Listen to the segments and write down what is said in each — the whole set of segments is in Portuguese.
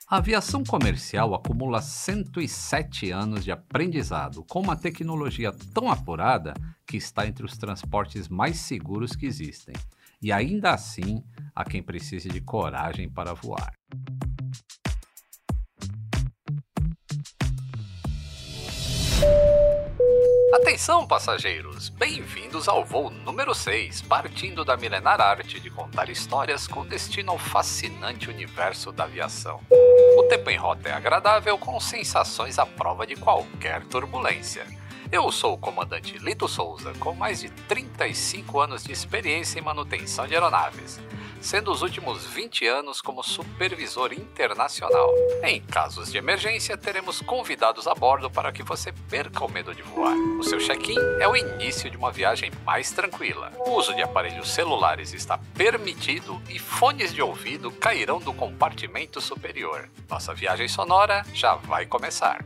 A aviação comercial acumula 107 anos de aprendizado, com uma tecnologia tão apurada que está entre os transportes mais seguros que existem. E ainda assim, há quem precise de coragem para voar. Atenção, passageiros! Bem-vindos ao voo número 6, partindo da milenar arte de contar histórias com destino ao fascinante universo da aviação. O tempo em rota é agradável, com sensações à prova de qualquer turbulência. Eu sou o comandante Lito Souza, com mais de 35 anos de experiência em manutenção de aeronaves, sendo os últimos 20 anos como supervisor internacional. Em casos de emergência, teremos convidados a bordo para que você perca o medo de voar. O seu check-in é o início de uma viagem mais tranquila. O uso de aparelhos celulares está permitido e fones de ouvido cairão do compartimento superior. Nossa viagem sonora já vai começar.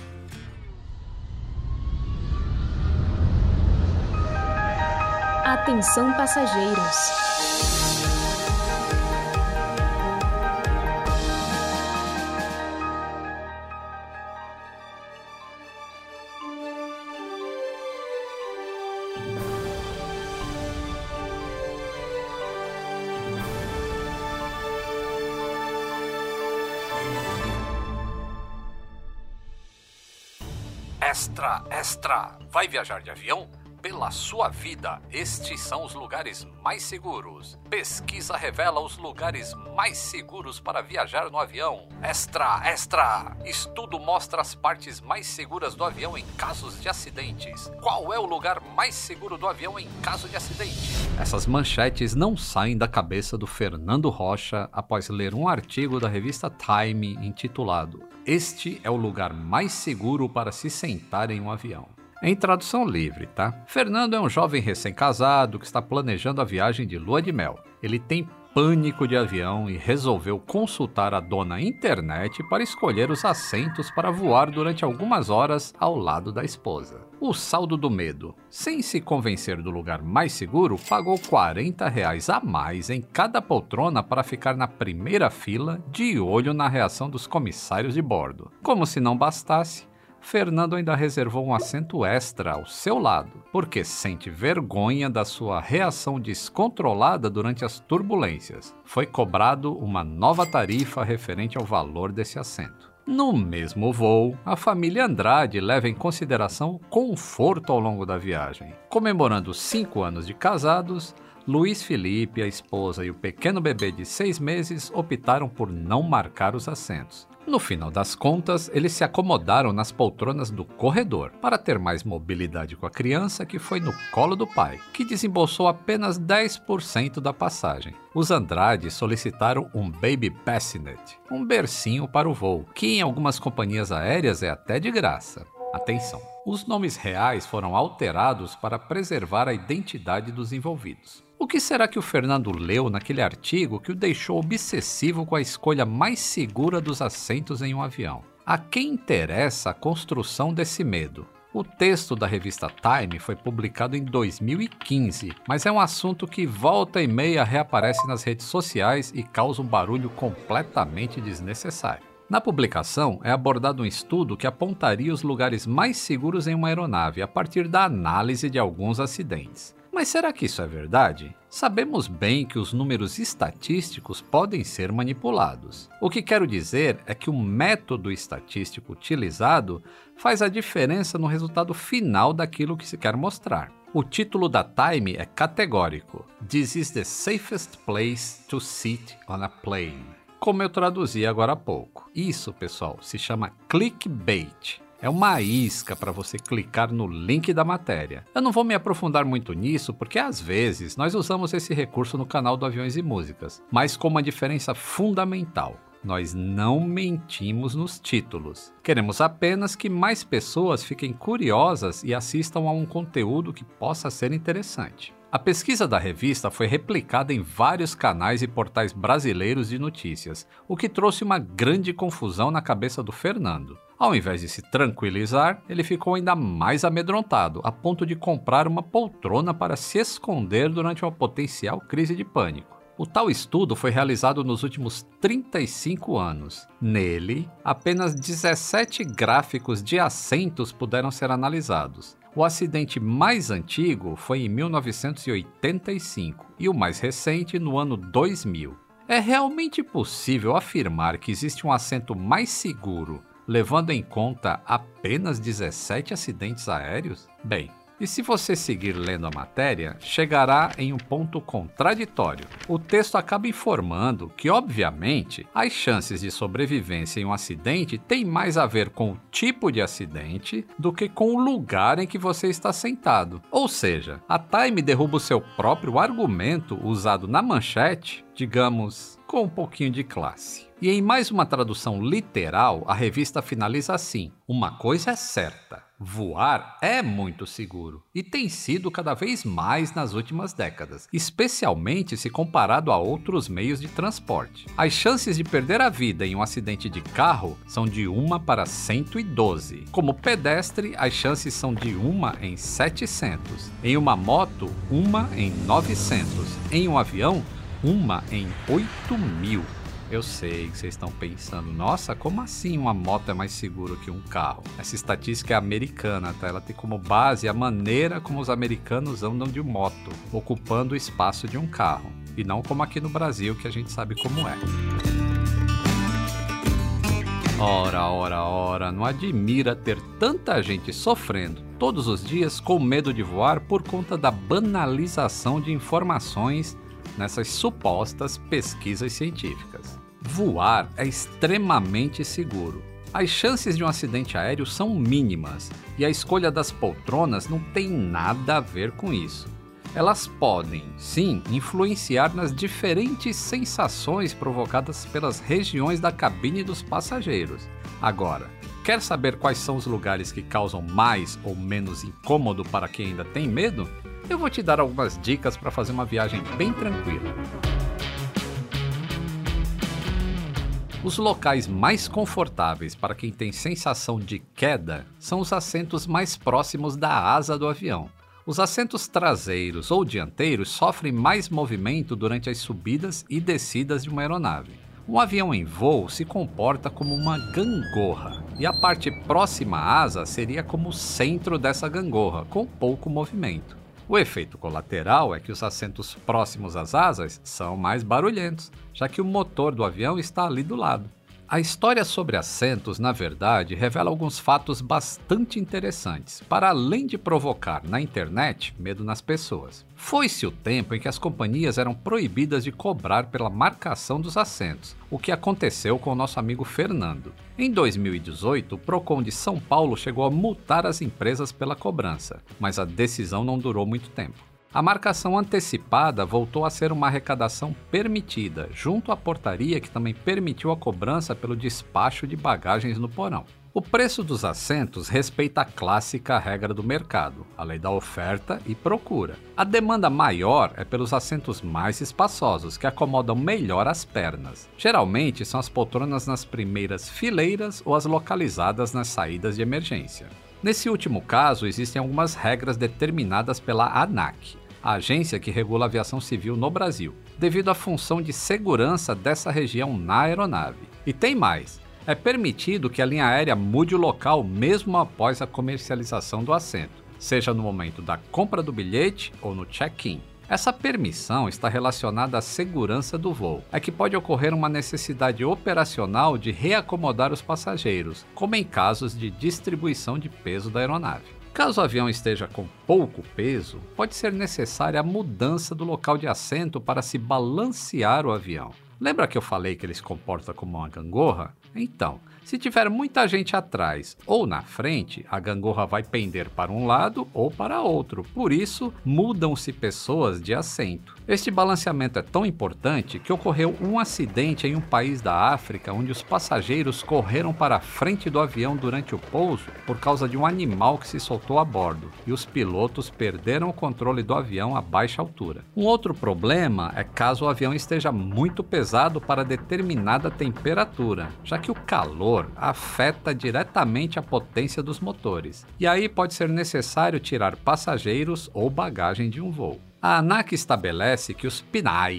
Atenção, passageiros. Extra, extra! Vai viajar de avião? Pela sua vida, estes são os lugares mais seguros. Pesquisa revela os lugares mais seguros para viajar no avião. Extra, extra! Estudo mostra as partes mais seguras do avião em casos de acidentes. Qual é o lugar mais seguro do avião em caso de acidente? Essas manchetes não saem da cabeça do Fernando Rocha após ler um artigo da revista Time intitulado "Este é o lugar mais seguro para se sentar em um avião". Em tradução livre, tá? Fernando é um jovem recém-casado que está planejando a viagem de lua de mel. Ele tem pânico de avião e resolveu consultar a dona internet para escolher os assentos para voar durante algumas horas ao lado da esposa. O saldo do medo. Sem se convencer do lugar mais seguro, pagou R$40 a mais em cada poltrona para ficar na primeira fila, de olho na reação dos comissários de bordo. Como se não bastasse, Fernando ainda reservou um assento extra ao seu lado, porque sente vergonha da sua reação descontrolada durante as turbulências. Foi cobrado uma nova tarifa referente ao valor desse assento. No mesmo voo, a família Andrade leva em consideração o conforto ao longo da viagem. Comemorando 5 anos de casados, Luiz Felipe, a esposa e o pequeno bebê de 6 meses optaram por não marcar os assentos. No final das contas, eles se acomodaram nas poltronas do corredor, para ter mais mobilidade com a criança que foi no colo do pai, que desembolsou apenas 10% da passagem. Os Andrade solicitaram um baby bassinet, um bercinho para o voo, que em algumas companhias aéreas é até de graça. Atenção! Os nomes reais foram alterados para preservar a identidade dos envolvidos. O que será que o Fernando leu naquele artigo que o deixou obsessivo com a escolha mais segura dos assentos em um avião? A quem interessa a construção desse medo? O texto da revista Time foi publicado em 2015, mas é um assunto que volta e meia reaparece nas redes sociais e causa um barulho completamente desnecessário. Na publicação, é abordado um estudo que apontaria os lugares mais seguros em uma aeronave a partir da análise de alguns acidentes. Mas será que isso é verdade? Sabemos bem que os números estatísticos podem ser manipulados. O que quero dizer é que o método estatístico utilizado faz a diferença no resultado final daquilo que se quer mostrar. O título da Time é categórico: "This is the safest place to sit on a plane", como eu traduzi agora há pouco. Isso, pessoal, se chama clickbait. É uma isca para você clicar no link da matéria. Eu não vou me aprofundar muito nisso porque às vezes nós usamos esse recurso no canal do Aviões e Músicas, mas com uma diferença fundamental. Nós não mentimos nos títulos. Queremos apenas que mais pessoas fiquem curiosas e assistam a um conteúdo que possa ser interessante. A pesquisa da revista foi replicada em vários canais e portais brasileiros de notícias, o que trouxe uma grande confusão na cabeça do Fernando. Ao invés de se tranquilizar, ele ficou ainda mais amedrontado, a ponto de comprar uma poltrona para se esconder durante uma potencial crise de pânico. O tal estudo foi realizado nos últimos 35 anos. Nele, apenas 17 gráficos de assentos puderam ser analisados. O acidente mais antigo foi em 1985 e o mais recente no ano 2000. É realmente possível afirmar que existe um assento mais seguro, levando em conta apenas 17 acidentes aéreos? Bem, e se você seguir lendo a matéria, chegará em um ponto contraditório. O texto acaba informando que, obviamente, as chances de sobrevivência em um acidente têm mais a ver com o tipo de acidente do que com o lugar em que você está sentado. Ou seja, a Time derruba o seu próprio argumento usado na manchete, digamos, com um pouquinho de classe. E em mais uma tradução literal, a revista finaliza assim: uma coisa é certa, voar é muito seguro e tem sido cada vez mais nas últimas décadas, especialmente se comparado a outros meios de transporte. As chances de perder a vida em um acidente de carro são de 1 para 112. Como pedestre, as chances são de 1 em 700. Em uma moto, 1 em 900. Em um avião, 1 em 8.000. Eu sei que vocês estão pensando, nossa, como assim uma moto é mais seguro que um carro? Essa estatística é americana, tá? Ela tem como base a maneira como os americanos andam de moto, ocupando o espaço de um carro, e não como aqui no Brasil, que a gente sabe como é. Ora, não admira ter tanta gente sofrendo todos os dias com medo de voar por conta da banalização de informações nessas supostas pesquisas científicas. Voar é extremamente seguro. As chances de um acidente aéreo são mínimas e a escolha das poltronas não tem nada a ver com isso. Elas podem, sim, influenciar nas diferentes sensações provocadas pelas regiões da cabine dos passageiros. Agora, quer saber quais são os lugares que causam mais ou menos incômodo para quem ainda tem medo? Eu vou te dar algumas dicas para fazer uma viagem bem tranquila. Os locais mais confortáveis para quem tem sensação de queda são os assentos mais próximos da asa do avião. Os assentos traseiros ou dianteiros sofrem mais movimento durante as subidas e descidas de uma aeronave. Um avião em voo se comporta como uma gangorra, e a parte próxima à asa seria como o centro dessa gangorra, com pouco movimento. O efeito colateral é que os assentos próximos às asas são mais barulhentos, já que o motor do avião está ali do lado. A história sobre assentos, na verdade, revela alguns fatos bastante interessantes, para além de provocar na internet medo nas pessoas. Foi-se o tempo em que as companhias eram proibidas de cobrar pela marcação dos assentos, o que aconteceu com o nosso amigo Fernando. Em 2018, o Procon de São Paulo chegou a multar as empresas pela cobrança, mas a decisão não durou muito tempo. A marcação antecipada voltou a ser uma arrecadação permitida, junto à portaria que também permitiu a cobrança pelo despacho de bagagens no porão. O preço dos assentos respeita a clássica regra do mercado, a lei da oferta e procura. A demanda maior é pelos assentos mais espaçosos, que acomodam melhor as pernas. Geralmente são as poltronas nas primeiras fileiras ou as localizadas nas saídas de emergência. Nesse último caso, existem algumas regras determinadas pela ANAC, a agência que regula a aviação civil no Brasil, devido à função de segurança dessa região na aeronave. E tem mais, é permitido que a linha aérea mude o local mesmo após a comercialização do assento, seja no momento da compra do bilhete ou no check-in. Essa permissão está relacionada à segurança do voo. É que pode ocorrer uma necessidade operacional de reacomodar os passageiros, como em casos de distribuição de peso da aeronave. Caso o avião esteja com pouco peso, pode ser necessária a mudança do local de assento para se balancear o avião. Lembra que eu falei que ele se comporta como uma gangorra? Então, se tiver muita gente atrás ou na frente, a gangorra vai pender para um lado ou para outro. Por isso, mudam-se pessoas de assento. Este balanceamento é tão importante que ocorreu um acidente em um país da África onde os passageiros correram para a frente do avião durante o pouso por causa de um animal que se soltou a bordo, e os pilotos perderam o controle do avião a baixa altura. Um outro problema é caso o avião esteja muito pesado para determinada temperatura, já que o calor afeta diretamente a potência dos motores, e aí pode ser necessário tirar passageiros ou bagagem de um voo. A ANAC estabelece que os PNAE,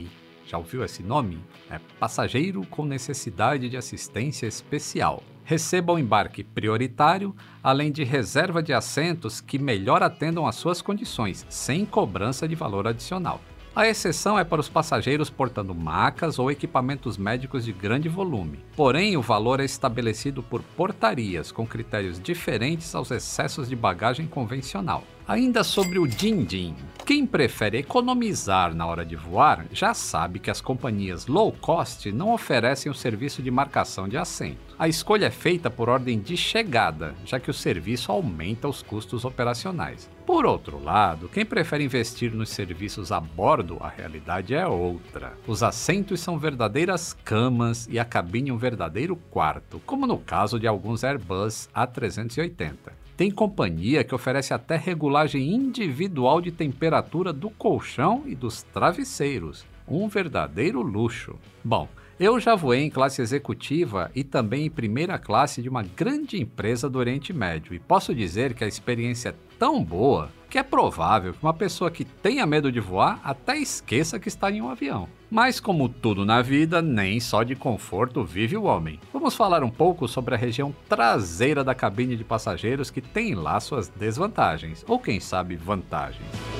Já ouviu esse nome? É passageiro com necessidade de assistência especial. Receba o embarque prioritário, além de reserva de assentos que melhor atendam às suas condições, sem cobrança de valor adicional. A exceção é para os passageiros portando macas ou equipamentos médicos de grande volume. Porém, o valor é estabelecido por portarias, com critérios diferentes aos excessos de bagagem convencional. Ainda sobre o din-din, quem prefere economizar na hora de voar já sabe que as companhias low cost não oferecem o serviço de marcação de assento. A escolha é feita por ordem de chegada, já que o serviço aumenta os custos operacionais. Por outro lado, quem prefere investir nos serviços a bordo, a realidade é outra. Os assentos são verdadeiras camas e a cabine um verdadeiro quarto, como no caso de alguns Airbus A380. Tem companhia que oferece até regulagem individual de temperatura do colchão e dos travesseiros. Um verdadeiro luxo. Bom, eu já voei em classe executiva e também em primeira classe de uma grande empresa do Oriente Médio e posso dizer que a experiência é tão boa que é provável que uma pessoa que tenha medo de voar até esqueça que está em um avião. Mas como tudo na vida, nem só de conforto vive o homem. Vamos falar um pouco sobre a região traseira da cabine de passageiros que tem lá suas desvantagens, ou quem sabe vantagens.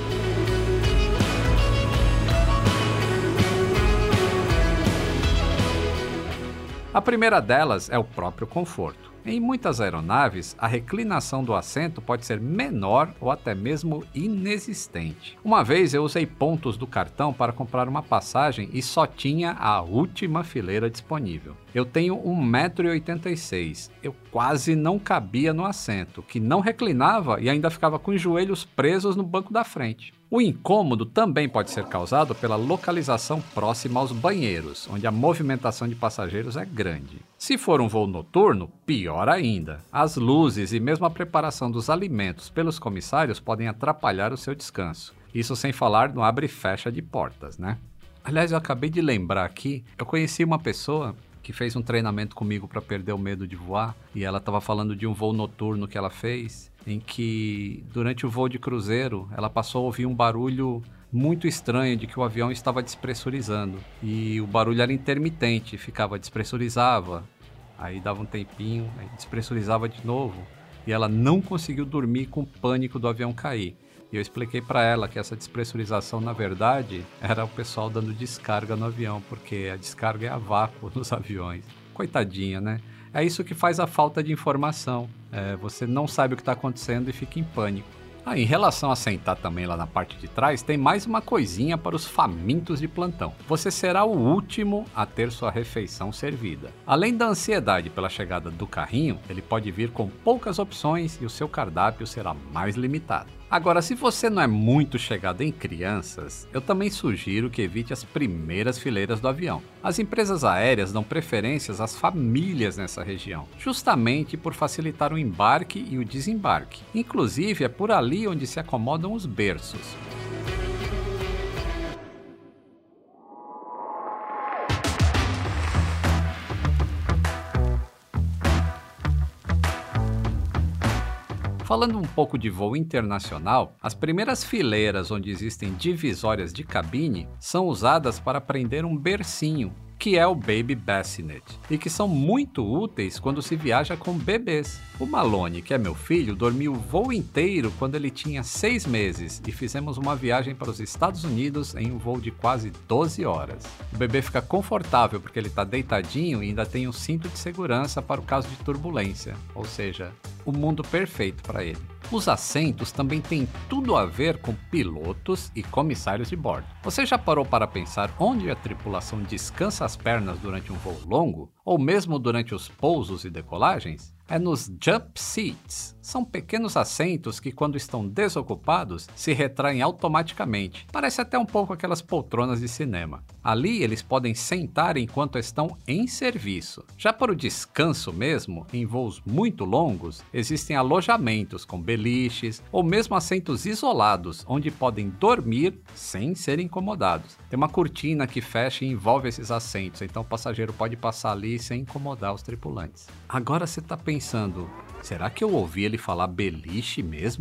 A primeira delas é o próprio conforto. Em muitas aeronaves, a reclinação do assento pode ser menor ou até mesmo inexistente. Uma vez eu usei pontos do cartão para comprar uma passagem e só tinha a última fileira disponível. Eu tenho 1,86 m, eu quase não cabia no assento, que não reclinava e ainda ficava com os joelhos presos no banco da frente. O incômodo também pode ser causado pela localização próxima aos banheiros, onde a movimentação de passageiros é grande. Se for um voo noturno, pior ainda. As luzes e mesmo a preparação dos alimentos pelos comissários podem atrapalhar o seu descanso. Isso sem falar no abre e fecha de portas, né? Aliás, eu acabei de lembrar aqui, eu conheci uma pessoa que fez um treinamento comigo para perder o medo de voar, e ela estava falando de um voo noturno que ela fez, em que durante o voo de cruzeiro ela passou a ouvir um barulho muito estranho de que o avião estava despressurizando, e o barulho era intermitente, despressurizava, aí dava um tempinho, aí despressurizava de novo, e ela não conseguiu dormir com o pânico do avião cair. E eu expliquei para ela que essa despressurização, na verdade, era o pessoal dando descarga no avião, porque a descarga é a vácuo nos aviões. Coitadinha, né? É isso que faz a falta de informação. Você não sabe o que está acontecendo e fica em pânico. Em relação a sentar também lá na parte de trás, tem mais uma coisinha para os famintos de plantão. Você será o último a ter sua refeição servida. Além da ansiedade pela chegada do carrinho, ele pode vir com poucas opções e o seu cardápio será mais limitado. Agora, se você não é muito chegado em crianças, eu também sugiro que evite as primeiras fileiras do avião. As empresas aéreas dão preferências às famílias nessa região, justamente por facilitar o embarque e o desembarque. Inclusive, é por ali onde se acomodam os berços. Falando um pouco de voo internacional, as primeiras fileiras onde existem divisórias de cabine são usadas para prender um bercinho, que é o Baby Bassinet, e que são muito úteis quando se viaja com bebês. O Malone, que é meu filho, dormiu o voo inteiro quando ele tinha 6 meses e fizemos uma viagem para os Estados Unidos em um voo de quase 12 horas. O bebê fica confortável porque ele está deitadinho e ainda tem um cinto de segurança para o caso de turbulência, ou seja, o mundo perfeito para ele. Os assentos também têm tudo a ver com pilotos e comissários de bordo. Você já parou para pensar onde a tripulação descansa as pernas durante um voo longo? Ou mesmo durante os pousos e decolagens? É nos jump seats. São pequenos assentos que, quando estão desocupados, se retraem automaticamente. Parece até um pouco aquelas poltronas de cinema. Ali eles podem sentar enquanto estão em serviço. Já para o descanso mesmo, em voos muito longos, existem alojamentos com beliches ou mesmo assentos isolados, onde podem dormir sem ser incomodados. Tem uma cortina que fecha e envolve esses assentos, então o passageiro pode passar ali sem incomodar os tripulantes. Agora você está pensando, será que eu ouvi ele falar beliche mesmo?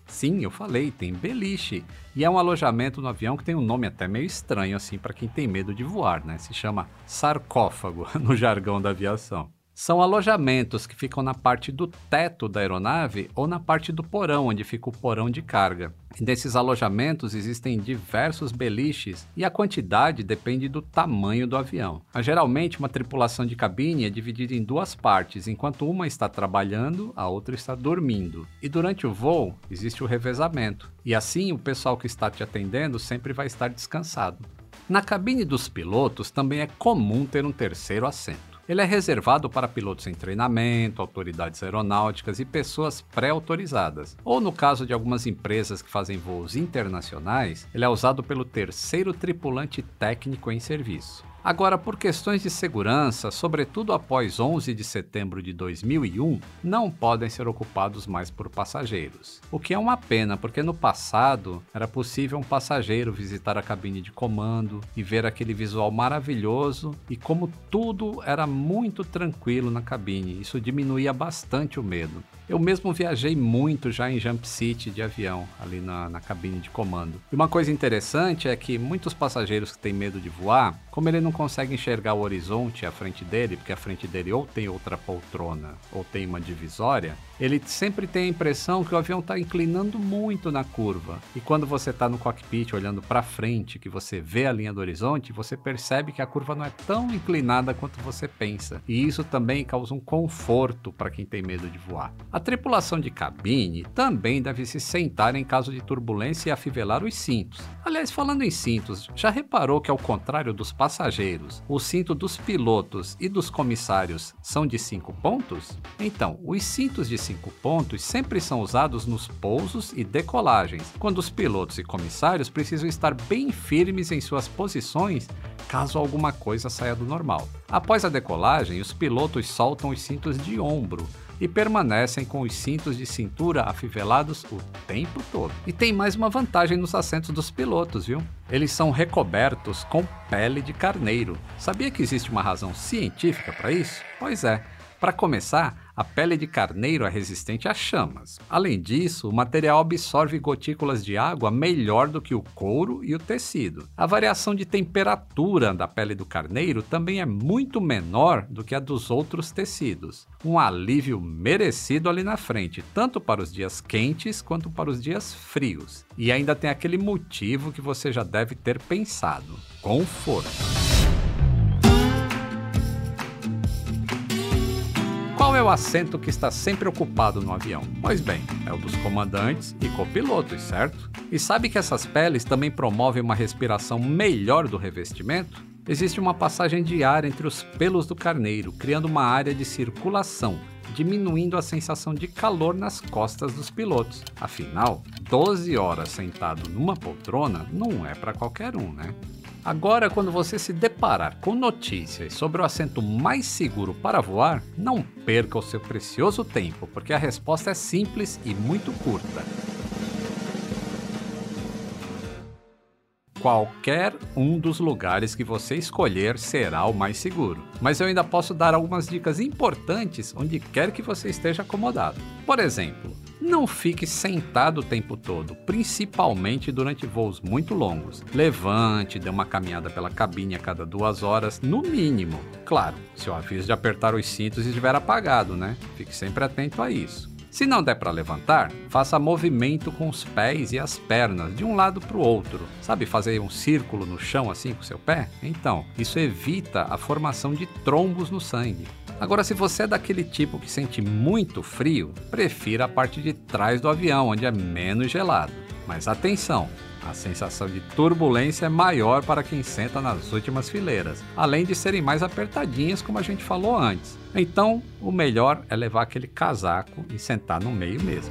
Sim, eu falei, tem beliche. E é um alojamento no avião que tem um nome até meio estranho assim para quem tem medo de voar, né? Se chama sarcófago no jargão da aviação. São alojamentos que ficam na parte do teto da aeronave ou na parte do porão, onde fica o porão de carga. E nesses alojamentos existem diversos beliches e a quantidade depende do tamanho do avião. Mas, geralmente, uma tripulação de cabine é dividida em duas partes, enquanto uma está trabalhando, a outra está dormindo. E durante o voo, existe o revezamento. E assim, o pessoal que está te atendendo sempre vai estar descansado. Na cabine dos pilotos também é comum ter um terceiro assento. Ele é reservado para pilotos em treinamento, autoridades aeronáuticas e pessoas pré-autorizadas. Ou no caso de algumas empresas que fazem voos internacionais, ele é usado pelo terceiro tripulante técnico em serviço. Agora, por questões de segurança, sobretudo após 11 de setembro de 2001, não podem ser ocupados mais por passageiros. O que é uma pena, porque no passado era possível um passageiro visitar a cabine de comando e ver aquele visual maravilhoso e como tudo era muito tranquilo na cabine. Isso diminuía bastante o medo. Eu mesmo viajei muito já em Jump City de avião, ali na cabine de comando. E uma coisa interessante é que muitos passageiros que têm medo de voar, como ele não consegue enxergar o horizonte à frente dele, porque à frente dele ou tem outra poltrona ou tem uma divisória, ele sempre tem a impressão que o avião está inclinando muito na curva. E quando você está no cockpit olhando para frente, que você vê a linha do horizonte, você percebe que a curva não é tão inclinada quanto você pensa. E isso também causa um conforto para quem tem medo de voar. A tripulação de cabine também deve se sentar em caso de turbulência e afivelar os cintos. Aliás, falando em cintos, já reparou que ao contrário dos passageiros, o cinto dos pilotos e dos comissários são de 5 pontos? Então, os cintos de 5 pontos sempre são usados nos pousos e decolagens, quando os pilotos e comissários precisam estar bem firmes em suas posições caso alguma coisa saia do normal. Após a decolagem, os pilotos soltam os cintos de ombro e permanecem com os cintos de cintura afivelados o tempo todo. E tem mais uma vantagem nos assentos dos pilotos, viu? Eles são recobertos com pele de carneiro. Sabia que existe uma razão científica para isso? Pois é. Para começar, a pele de carneiro é resistente a chamas. Além disso, o material absorve gotículas de água melhor do que o couro e o tecido. A variação de temperatura da pele do carneiro também é muito menor do que a dos outros tecidos. Um alívio merecido ali na frente, tanto para os dias quentes quanto para os dias frios. E ainda tem aquele motivo que você já deve ter pensado: conforto. Qual é o assento que está sempre ocupado no avião? Pois bem, é o dos comandantes e copilotos, certo? E sabe que essas peles também promovem uma respiração melhor do revestimento? Existe uma passagem de ar entre os pelos do carneiro, criando uma área de circulação, diminuindo a sensação de calor nas costas dos pilotos. Afinal, 12 horas sentado numa poltrona não é para qualquer um, né? Agora, quando você se deparar com notícias sobre o assento mais seguro para voar, não perca o seu precioso tempo, porque a resposta é simples e muito curta. Qualquer um dos lugares que você escolher será o mais seguro. Mas eu ainda posso dar algumas dicas importantes onde quer que você esteja acomodado. Por exemplo, não fique sentado o tempo todo, principalmente durante voos muito longos. Levante, dê uma caminhada pela cabine a cada 2 horas, no mínimo. Claro, se o aviso de apertar os cintos estiver apagado, né? Fique sempre atento a isso. Se não der para levantar, faça movimento com os pés e as pernas de um lado para o outro. Sabe fazer um círculo no chão assim com o seu pé? Então, isso evita a formação de trombos no sangue. Agora, se você é daquele tipo que sente muito frio, prefira a parte de trás do avião, onde é menos gelado. Mas atenção! A sensação de turbulência é maior para quem senta nas últimas fileiras, além de serem mais apertadinhas, como a gente falou antes. Então, o melhor é levar aquele casaco e sentar no meio mesmo.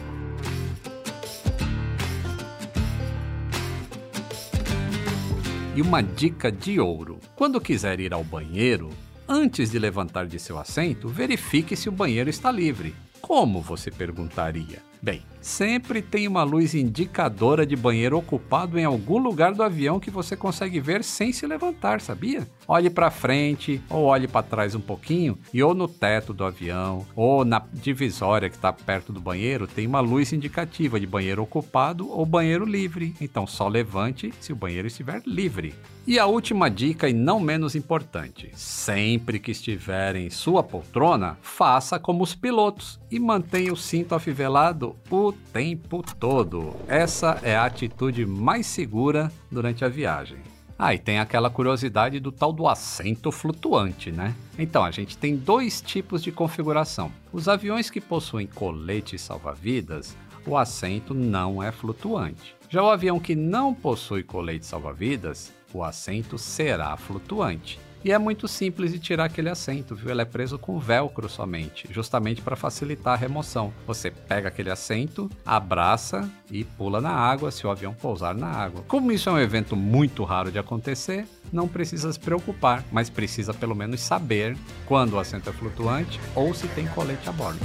E uma dica de ouro: quando quiser ir ao banheiro, antes de levantar de seu assento, verifique se o banheiro está livre. Como, você perguntaria? Bem, Sempre tem uma luz indicadora de banheiro ocupado em algum lugar do avião que você consegue ver sem se levantar, sabia? Olhe para frente ou olhe para trás um pouquinho e ou no teto do avião ou na divisória que está perto do banheiro tem uma luz indicativa de banheiro ocupado ou banheiro livre. Então só levante se o banheiro estiver livre. E a última dica e não menos importante, sempre que estiver em sua poltrona, faça como os pilotos e mantenha o cinto afivelado o tempo todo. Essa é a atitude mais segura durante a viagem. E tem aquela curiosidade do tal do assento flutuante, né? Então, a gente tem dois tipos de configuração. Os aviões que possuem colete salva-vidas, o assento não é flutuante. Já o avião que não possui colete salva-vidas, o assento será flutuante. E é muito simples de tirar aquele assento, viu? Ele é preso com velcro somente, justamente para facilitar a remoção. Você pega aquele assento, abraça e pula na água se o avião pousar na água. Como isso é um evento muito raro de acontecer, não precisa se preocupar, mas precisa pelo menos saber quando o assento é flutuante ou se tem colete a bordo.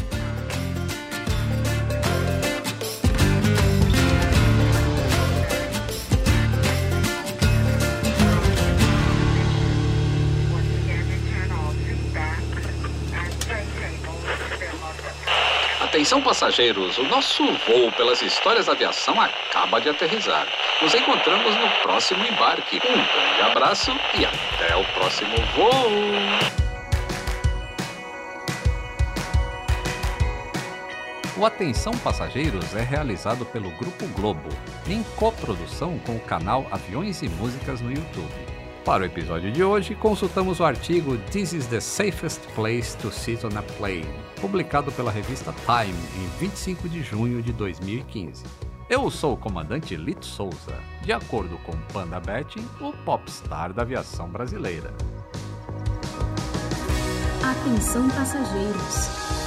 Atenção passageiros, o nosso voo pelas histórias da aviação acaba de aterrissar. Nos encontramos no próximo embarque. Um grande abraço e até o próximo voo! O Atenção Passageiros é realizado pelo Grupo Globo, em coprodução com o canal Aviões e Músicas no YouTube. Para o episódio de hoje, consultamos o artigo This is the Safest Place to Sit on a Plane, publicado pela revista Time em 25 de junho de 2015. Eu sou o comandante Lito Souza, de acordo com Panda Betting, o popstar da aviação brasileira. Atenção passageiros.